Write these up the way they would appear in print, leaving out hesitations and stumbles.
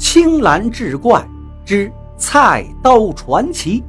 青蓝志怪之菜刀传奇。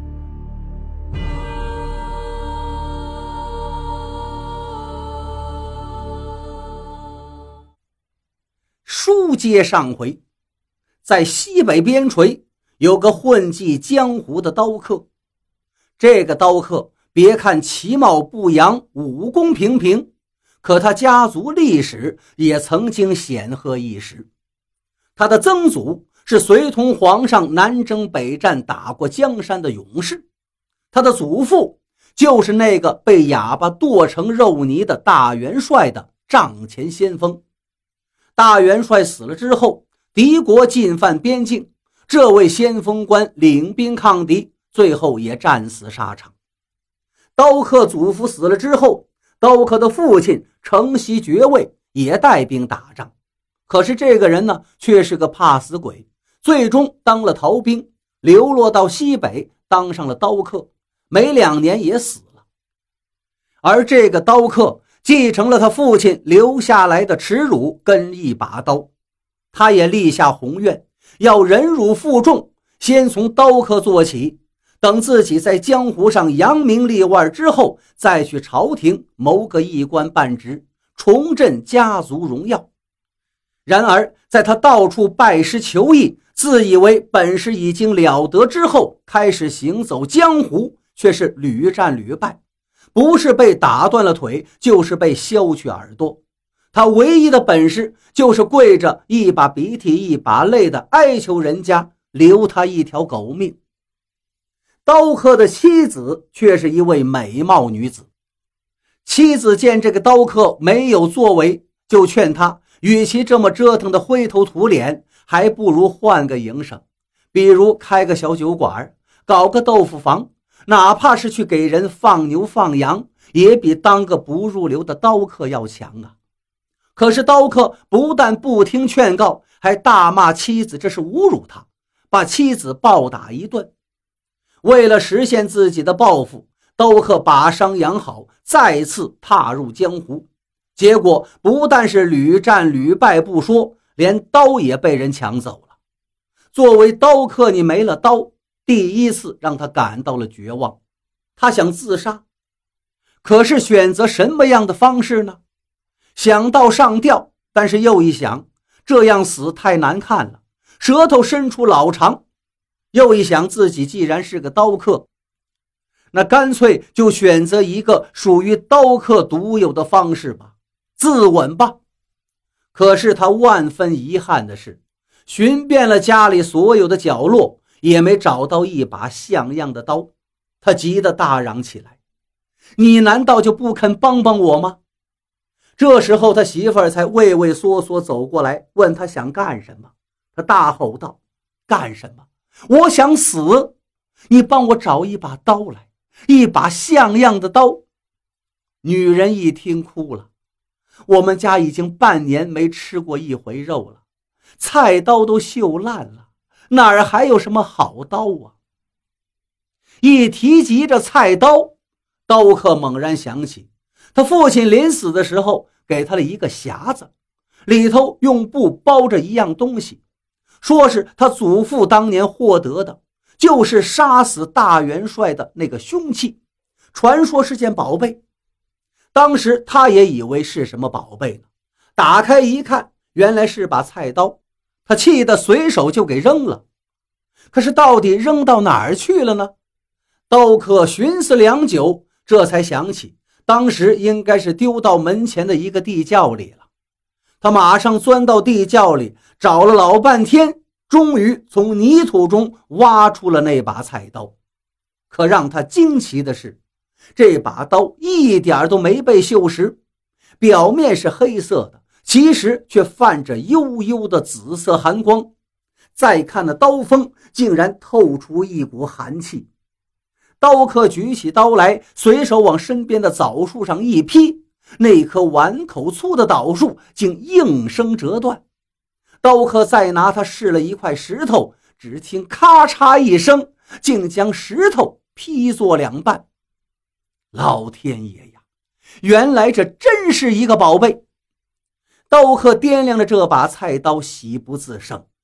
书接上回，在西北边陲有个混迹江湖的刀客。这个刀客别看其貌不扬，武功平平，可他家族历史也曾经显赫一时。他的曾祖是随同皇上南征北战打过江山的勇士，他的祖父就是那个被哑巴剁成肉泥的大元帅的帐前先锋。大元帅死了之后，敌国进犯边境，这位先锋官领兵抗敌，最后也战死沙场。刀客祖父死了之后，刀客的父亲承袭爵位，也带兵打仗。可是这个人呢，却是个怕死鬼，最终当了逃兵，流落到西北，当上了刀客，没2年也死了。而这个刀客继承了他父亲留下来的耻辱跟一把刀，他也立下宏愿，要忍辱负重，先从刀客做起，等自己在江湖上扬名立万之后，再去朝廷谋个一官半职，重振家族荣耀。然而在他到处拜师求艺，自以为本事已经了得之后，开始行走江湖，却是屡战屡败，不是被打断了腿，就是被削去耳朵。他唯一的本事就是跪着一把鼻涕一把泪的哀求人家留他一条狗命。刀客的妻子却是一位美貌女子，妻子见这个刀客没有作为，就劝他与其这么折腾的灰头土脸，还不如换个营生，比如开个小酒馆，搞个豆腐房，哪怕是去给人放牛放羊，也比当个不入流的刀客要强啊。可是刀客不但不听劝告，还大骂妻子这是侮辱他，把妻子暴打一顿。为了实现自己的抱负，刀客把伤养好，再次踏入江湖。结果不但是屡战屡败不说，连刀也被人抢走了。作为刀客，你没了刀，第一次让他感到了绝望。他想自杀，可是选择什么样的方式呢？想到上吊，但是又一想，这样死太难看了，舌头伸出老长。又一想，自己既然是个刀客，那干脆就选择一个属于刀客独有的方式吧，自刎吧。可是他万分遗憾的是，寻遍了家里所有的角落，也没找到一把像样的刀。他急得大嚷起来，你难道就不肯帮帮我吗？这时候他媳妇儿才畏畏缩缩走过来，问他想干什么。他大吼道，干什么？我想死，你帮我找一把刀来，一把像样的刀。女人一听哭了，我们家已经半年没吃过一回肉了，菜刀都锈烂了，哪儿还有什么好刀啊？一提及这菜刀，刀客猛然想起他父亲临死的时候给他了一个匣子，里头用布包着一样东西，说是他祖父当年获得的，就是杀死大元帅的那个凶器，传说是件宝贝。当时他也以为是什么宝贝呢，打开一看，原来是把菜刀，他气得随手就给扔了。可是到底扔到哪儿去了呢？刀客寻思良久，这才想起当时应该是丢到门前的一个地窖里了。他马上钻到地窖里，找了老半天，终于从泥土中挖出了那把菜刀。可让他惊奇的是，这把刀一点都没被锈蚀，表面是黑色的，其实却泛着幽幽的紫色寒光。再看那刀锋，竟然透出一股寒气。刀客举起刀来，随手往身边的枣树上一劈，那棵碗口粗的枣树竟应声折断。刀客再拿它试了一块石头，只听咔嚓一声，竟将石头劈作2半。老天爷呀，原来这真是一个宝贝。刀客掂量着这把菜刀，喜不自胜。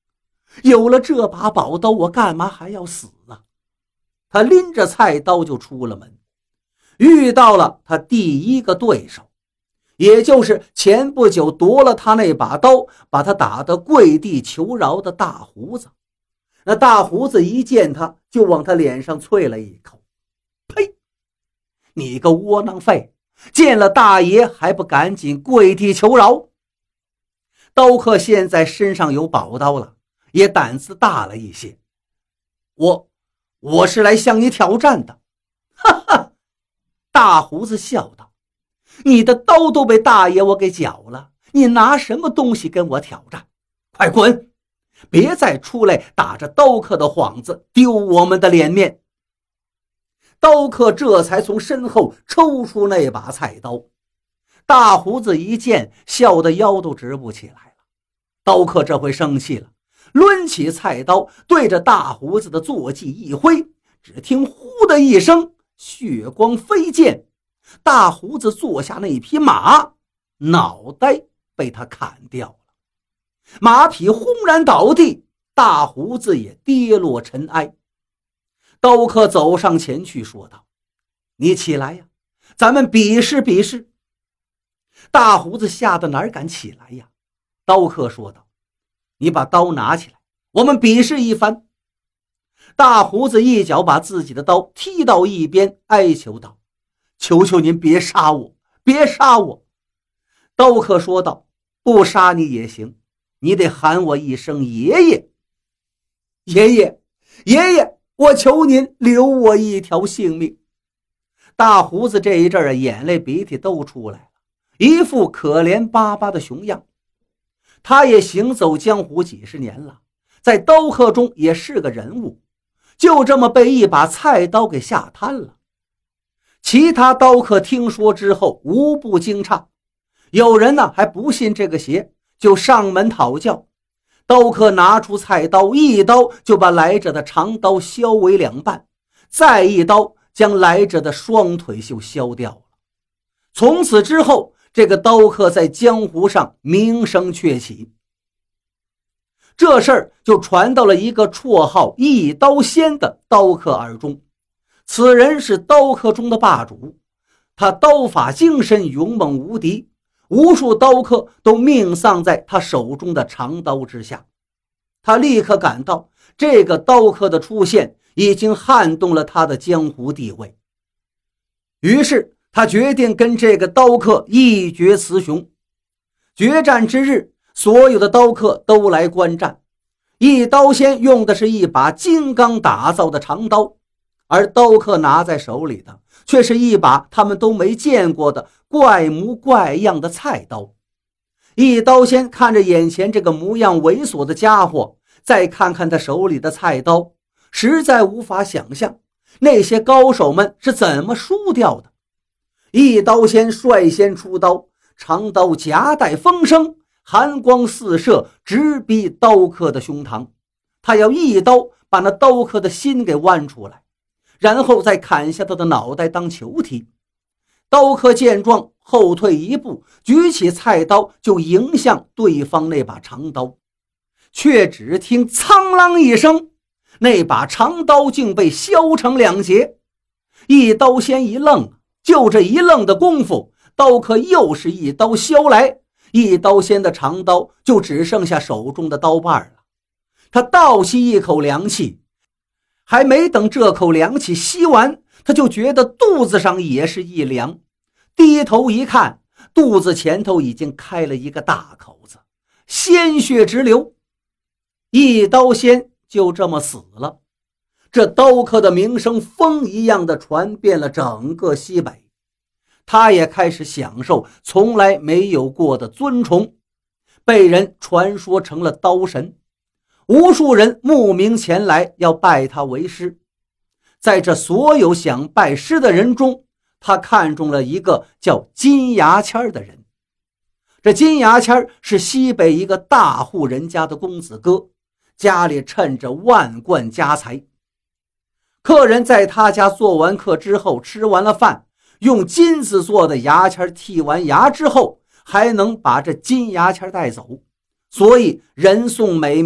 有了这把宝刀，我干嘛还要死啊？他拎着菜刀就出了门，遇到了他第一个对手，也就是前不久夺了他那把刀，把他打得跪地求饶的大胡子。那大胡子一见他，就往他脸上啐了一口：“呸！你个窝囊废，见了大爷还不赶紧跪地求饶！”刀客现在身上有宝刀了，也胆子大了一些。我是来向你挑战的。哈哈，大胡子笑道：“你的刀都被大爷我给缴了，你拿什么东西跟我挑战？快滚！别再出来打着刀客的幌子，丢我们的脸面。”刀客这才从身后抽出那把菜刀。大胡子一见，笑得腰都直不起来了。刀客这回生气了，抡起菜刀对着大胡子的坐骑一挥，只听呼的一声，血光飞溅，大胡子坐下那匹马脑袋被他砍掉了，马匹轰然倒地，大胡子也跌落尘埃。刀客走上前去说道：“你起来呀，咱们比试比试。”大胡子吓得哪敢起来呀？刀客说道：“你把刀拿起来，我们比试一番。”大胡子一脚把自己的刀踢到一边，哀求道：“求求您别杀我，别杀我！”刀客说道：“不杀你也行，你得喊我一声爷爷。爷爷，爷爷，我求您留我一条性命。”大胡子这一阵眼泪鼻涕都出来了，一副可怜巴巴的熊样。他也行走江湖几十年了，在刀客中也是个人物，就这么被一把菜刀给吓瘫了。其他刀客听说之后无不惊诧，有人呢还不信这个邪，就上门讨教。刀客拿出菜刀，一刀就把来者的长刀削为两半，再一刀将来者的双腿就削掉了。从此之后，这个刀客在江湖上名声鹊起。这事儿就传到了一个绰号一刀仙的刀客耳中。此人是刀客中的霸主，他刀法精深，勇猛无敌，无数刀客都命丧在他手中的长刀之下。他立刻感到这个刀客的出现已经撼动了他的江湖地位，于是他决定跟这个刀客一决雌雄。决战之日，所有的刀客都来观战。一刀仙用的是一把金刚打造的长刀，而刀客拿在手里的却是一把他们都没见过的怪模怪样的菜刀。一刀仙看着眼前这个模样猥琐的家伙，再看看他手里的菜刀，实在无法想象那些高手们是怎么输掉的。一刀仙率先出刀，长刀夹带风声，寒光四射，直逼刀客的胸膛。他要一刀把那刀客的心给剜出来，然后再砍下他的脑袋当球踢。刀客见状，后退一步，举起菜刀就迎向对方那把长刀，却只听苍啷一声，那把长刀竟被削成两截。一刀仙一愣，就这一愣的功夫，刀客又是一刀削来，一刀仙的长刀就只剩下手中的刀把了。他倒吸一口凉气，还没等这口凉气吸完，他就觉得肚子上也是一凉，低头一看，肚子前头已经开了一个大口子，鲜血直流。一刀仙就这么死了。这刀客的名声风一样的传遍了整个西北，他也开始享受从来没有过的尊崇，被人传说成了刀神，无数人慕名前来要拜他为师。在这所有想拜师的人中，他看中了一个叫金牙签的人。这金牙签是西北一个大户人家的公子哥，家里趁着万贯家财。客人在他家做完客之后，吃完了饭，用金子做的牙签剔完牙之后，还能把这金牙签带走，所以人送美名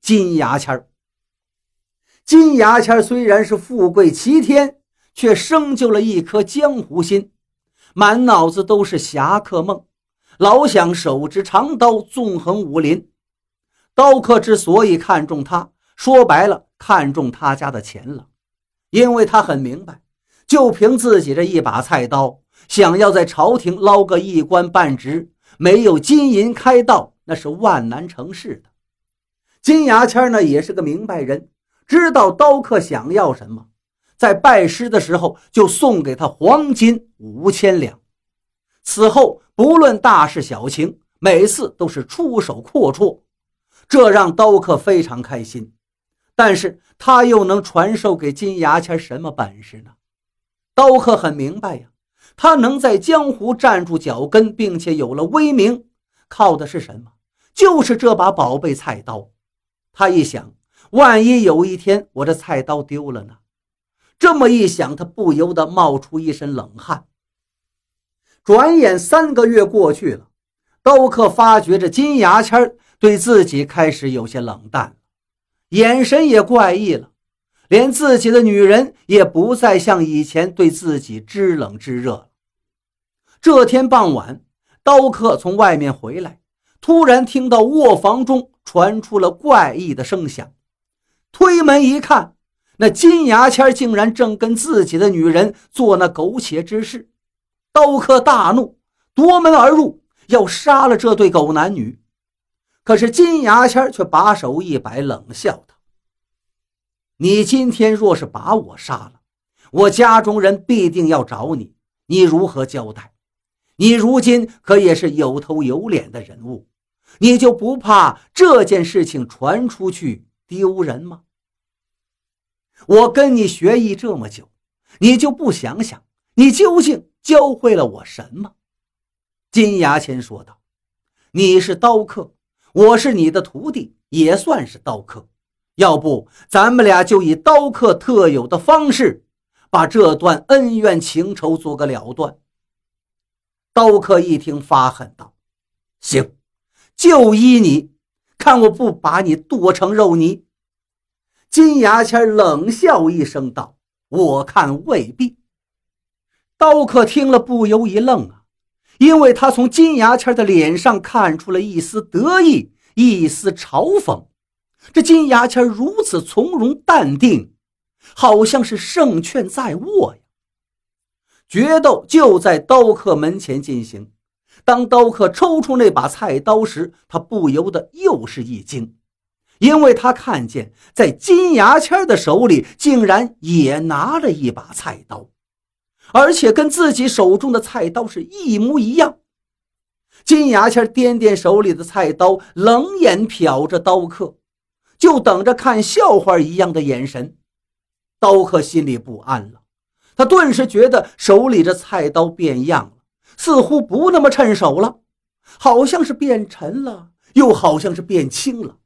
金牙签。金牙签虽然是富贵齐天，却生就了一颗江湖心，满脑子都是侠客梦，老想手执长刀纵横武林。刀客之所以看中他，说白了看中他家的钱了，因为他很明白，就凭自己这一把菜刀，想要在朝廷捞个一官半职，没有金银开道，那是万难成事的。金牙签呢也是个明白人，知道刀客想要什么，在拜师的时候就送给他黄金5000两。此后不论大事小情，每次都是出手阔绰，这让刀客非常开心。但是他又能传授给金牙签什么本事呢？刀客很明白呀，他能在江湖站住脚跟，并且有了威名，靠的是什么？就是这把宝贝菜刀。他一想，万一有一天我这菜刀丢了呢？这么一想，他不由得冒出一身冷汗。转眼3个月过去了，刀客发觉着金牙签对自己开始有些冷淡了，眼神也怪异了，连自己的女人也不再像以前对自己知冷知热了。这天傍晚，刀客从外面回来，突然听到卧房中传出了怪异的声响。推门一看，那金牙签竟然正跟自己的女人做那苟且之事。刀客大怒，夺门而入，要杀了这对狗男女。可是金牙签却把手一摆，冷笑他：你今天若是把我杀了，我家中人必定要找你，你如何交代？你如今可也是有头有脸的人物，你就不怕这件事情传出去丢人吗？我跟你学艺这么久，你就不想想你究竟教会了我什么？金牙签说道：你是刀客，我是你的徒弟，也算是刀客，要不咱们俩就以刀客特有的方式，把这段恩怨情仇做个了断。刀客一听发狠道：行，就依你，看我不把你剁成肉泥。金牙签冷笑一声道：我看未必。刀客听了不由一愣啊，因为他从金牙签的脸上看出了一丝得意，一丝嘲讽。这金牙签如此从容淡定，好像是胜券在握呀。决斗就在刀客门前进行，当刀客抽出那把菜刀时，他不由得又是一惊，因为他看见在金牙签的手里竟然也拿了一把菜刀，而且跟自己手中的菜刀是一模一样。金牙签掂掂手里的菜刀，冷眼瞟着刀客，就等着看笑话一样的眼神。刀客心里不安了，他顿时觉得手里这菜刀变样了，似乎不那么趁手了，好像是变沉了，又好像是变轻了。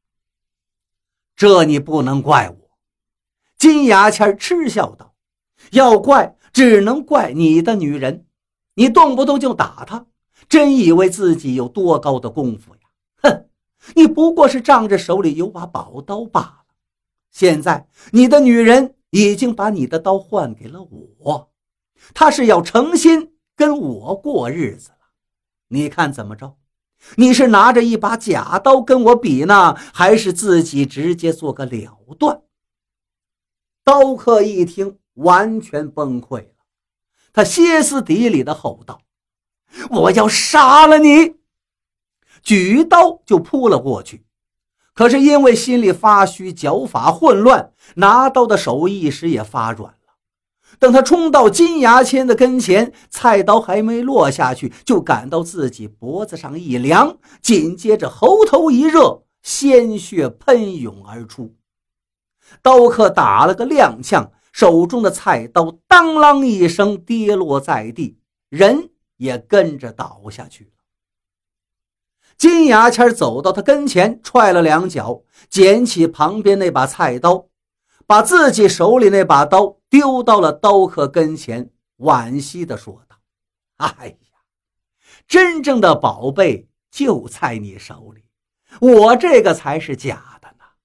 这你不能怪我。金牙签嗤笑道：要怪只能怪你的女人，你动不动就打她，真以为自己有多高的功夫呀？哼，你不过是仗着手里有把宝刀罢了。现在你的女人已经把你的刀换给了我，她是要诚心跟我过日子了。你看怎么着？你是拿着一把假刀跟我比呢，还是自己直接做个了断？刀客一听完全崩溃了，他歇斯底里的吼道：我要杀了你！举刀就扑了过去，可是因为心里发虚，脚法混乱，拿刀的手一时也发软了。等他冲到金牙签的跟前，菜刀还没落下去，就感到自己脖子上一凉，紧接着喉头一热，鲜血喷涌而出。刀客打了个踉跄，手中的菜刀当啷一声跌落在地，人也跟着倒下去了。金牙签走到他跟前，踹了2脚，捡起旁边那把菜刀，把自己手里那把刀丢到了刀客跟前，惋惜地说道：哎呀，真正的宝贝就在你手里，我这个才是假的呢。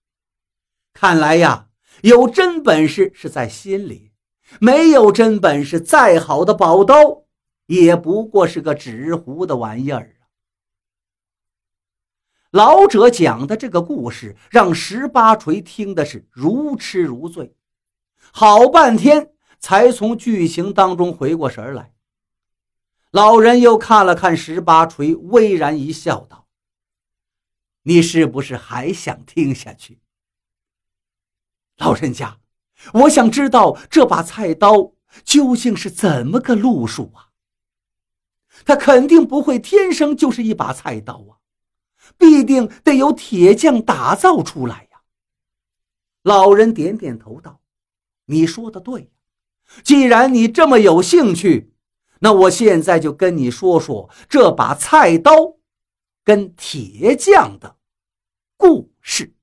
看来呀，有真本事是在心里，没有真本事，再好的宝刀也不过是个纸糊的玩意儿啊。老者讲的这个故事让18锤听的是如痴如醉，好半天才从剧情当中回过神来。老人又看了看18锤，微然一笑道：“你是不是还想听下去？”老人家，我想知道这把菜刀究竟是怎么个路数啊？它肯定不会天生就是一把菜刀啊，必定得有铁匠打造出来呀。老人点点头道：“你说的对，既然你这么有兴趣，那我现在就跟你说说这把菜刀跟铁匠的故事。”